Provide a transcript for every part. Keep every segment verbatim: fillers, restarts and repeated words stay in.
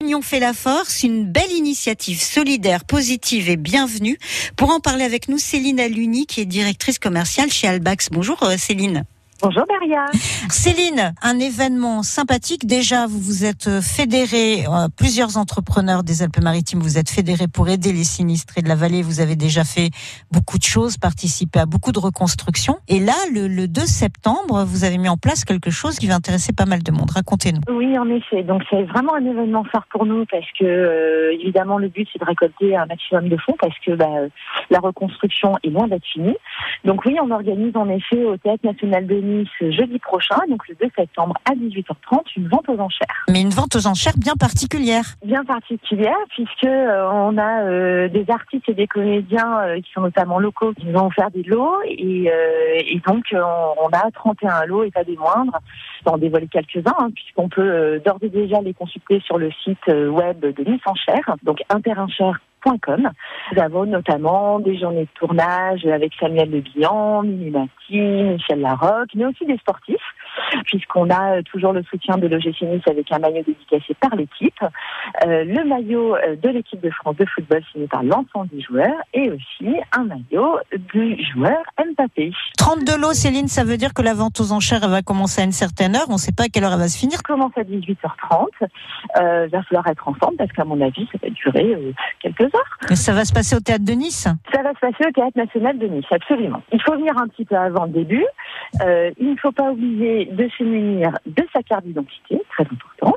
L'union fait la force, une belle initiative solidaire, positive et bienvenue. Pour en parler avec nous, Céline Aluni, qui est directrice commerciale chez Albax. Bonjour Céline. Bonjour Maria. Céline, un événement sympathique. Déjà, vous vous êtes fédérés, euh, plusieurs entrepreneurs des Alpes-Maritimes, vous êtes fédérés pour aider les sinistrés de la vallée. Vous avez déjà fait beaucoup de choses, participé à beaucoup de reconstructions. Et là, le, le deux septembre, vous avez mis en place quelque chose qui va intéresser pas mal de monde. Racontez-nous. Oui, en effet. Donc c'est vraiment un événement phare pour nous parce que euh, évidemment le but c'est de récolter un maximum de fonds parce que bah, la reconstruction est loin d'être finie. Donc oui, on organise en effet au Théâtre National de Nice jeudi prochain, donc le deux septembre à dix-huit heures trente, une vente aux enchères. Mais une vente aux enchères bien particulière. Bien particulière puisque euh, on a euh, des artistes et des comédiens euh, qui sont notamment locaux qui nous ont offert des lots et, euh, et donc euh, on a trente et un lots et pas des moindres. On en dévoile quelques-uns hein, puisqu'on peut euh, d'ores et déjà les consulter sur le site euh, web de Nice Enchères, donc interenchères point com. Nous avons notamment des journées de tournage avec Samuel Le Bihan, Mimi Mati, Michel Larocque, mais aussi des sportifs, puisqu'on a toujours le soutien de l'O G C Nice avec un maillot dédicacé par l'équipe, euh, le maillot de l'équipe de France de football signé par l'ensemble des joueurs et aussi un maillot du joueur Mbappé. trente-deux lots, Céline, ça veut dire que la vente aux enchères elle va commencer à une certaine heure. On ne sait pas à quelle heure elle va se finir. Ça commence à dix-huit heures trente. Euh, il va falloir être ensemble parce qu'à mon avis, ça va durer euh, quelques heures. Mais ça va se passer au Théâtre de Nice ? Ça va se passer au Théâtre National de Nice, absolument. Il faut venir un petit peu avant le début. Euh, il ne faut pas oublier de se munir de sa carte d'identité, très important,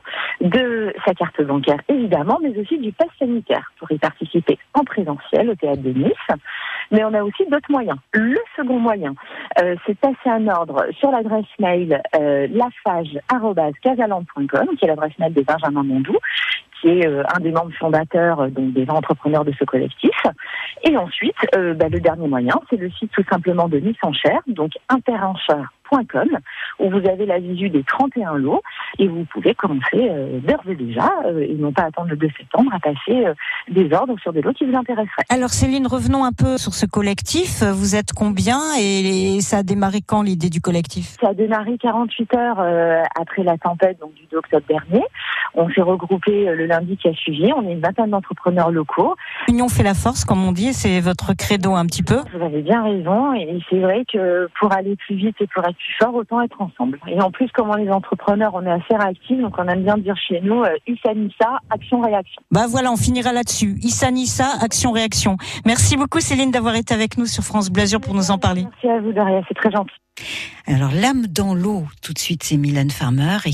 de sa carte bancaire évidemment, mais aussi du pass sanitaire pour y participer en présentiel au Théâtre de Nice. Mais on a aussi d'autres moyens. Le second moyen, euh, c'est de passer un ordre sur l'adresse mail euh, lafage arobase casaland point com, qui est l'adresse mail de Benjamin Mondou, qui est euh, un des membres fondateurs, euh, donc des entrepreneurs de ce collectif. Et ensuite, euh, bah, le dernier moyen, c'est le site tout simplement de Nice Enchères, donc interenchères point com, où vous avez la visu des trente et un lots et vous pouvez commencer euh, d'ores et déjà, euh, et non pas attendre le deux septembre, à passer euh, des ordres sur des lots qui vous intéresseraient. Alors Céline, revenons un peu sur ce collectif. Vous êtes combien et ça a démarré quand l'idée du collectif ? Ça a démarré quarante-huit heures euh, après la tempête, donc du deux octobre dernier. On s'est regroupé euh, le lundi qui a suivi. On est une vingtaine d'entrepreneurs locaux. L'union fait la force, comme on dit, c'est votre credo un petit peu. Vous avez bien raison et c'est vrai que pour aller plus vite et pour être plus fort, autant être ensemble. Et en plus, comme on est entrepreneurs, on est assez réactifs, donc on aime bien dire chez nous, euh, Issa Nissa, action-réaction. Bah voilà, on finira là-dessus. Issa Nissa, action-réaction. Merci beaucoup Céline d'avoir été avec nous sur France Bleu Azur pour nous en parler. Merci à vous Daria, c'est très gentil. Alors l'âme dans l'eau, tout de suite c'est Mylène Farmer.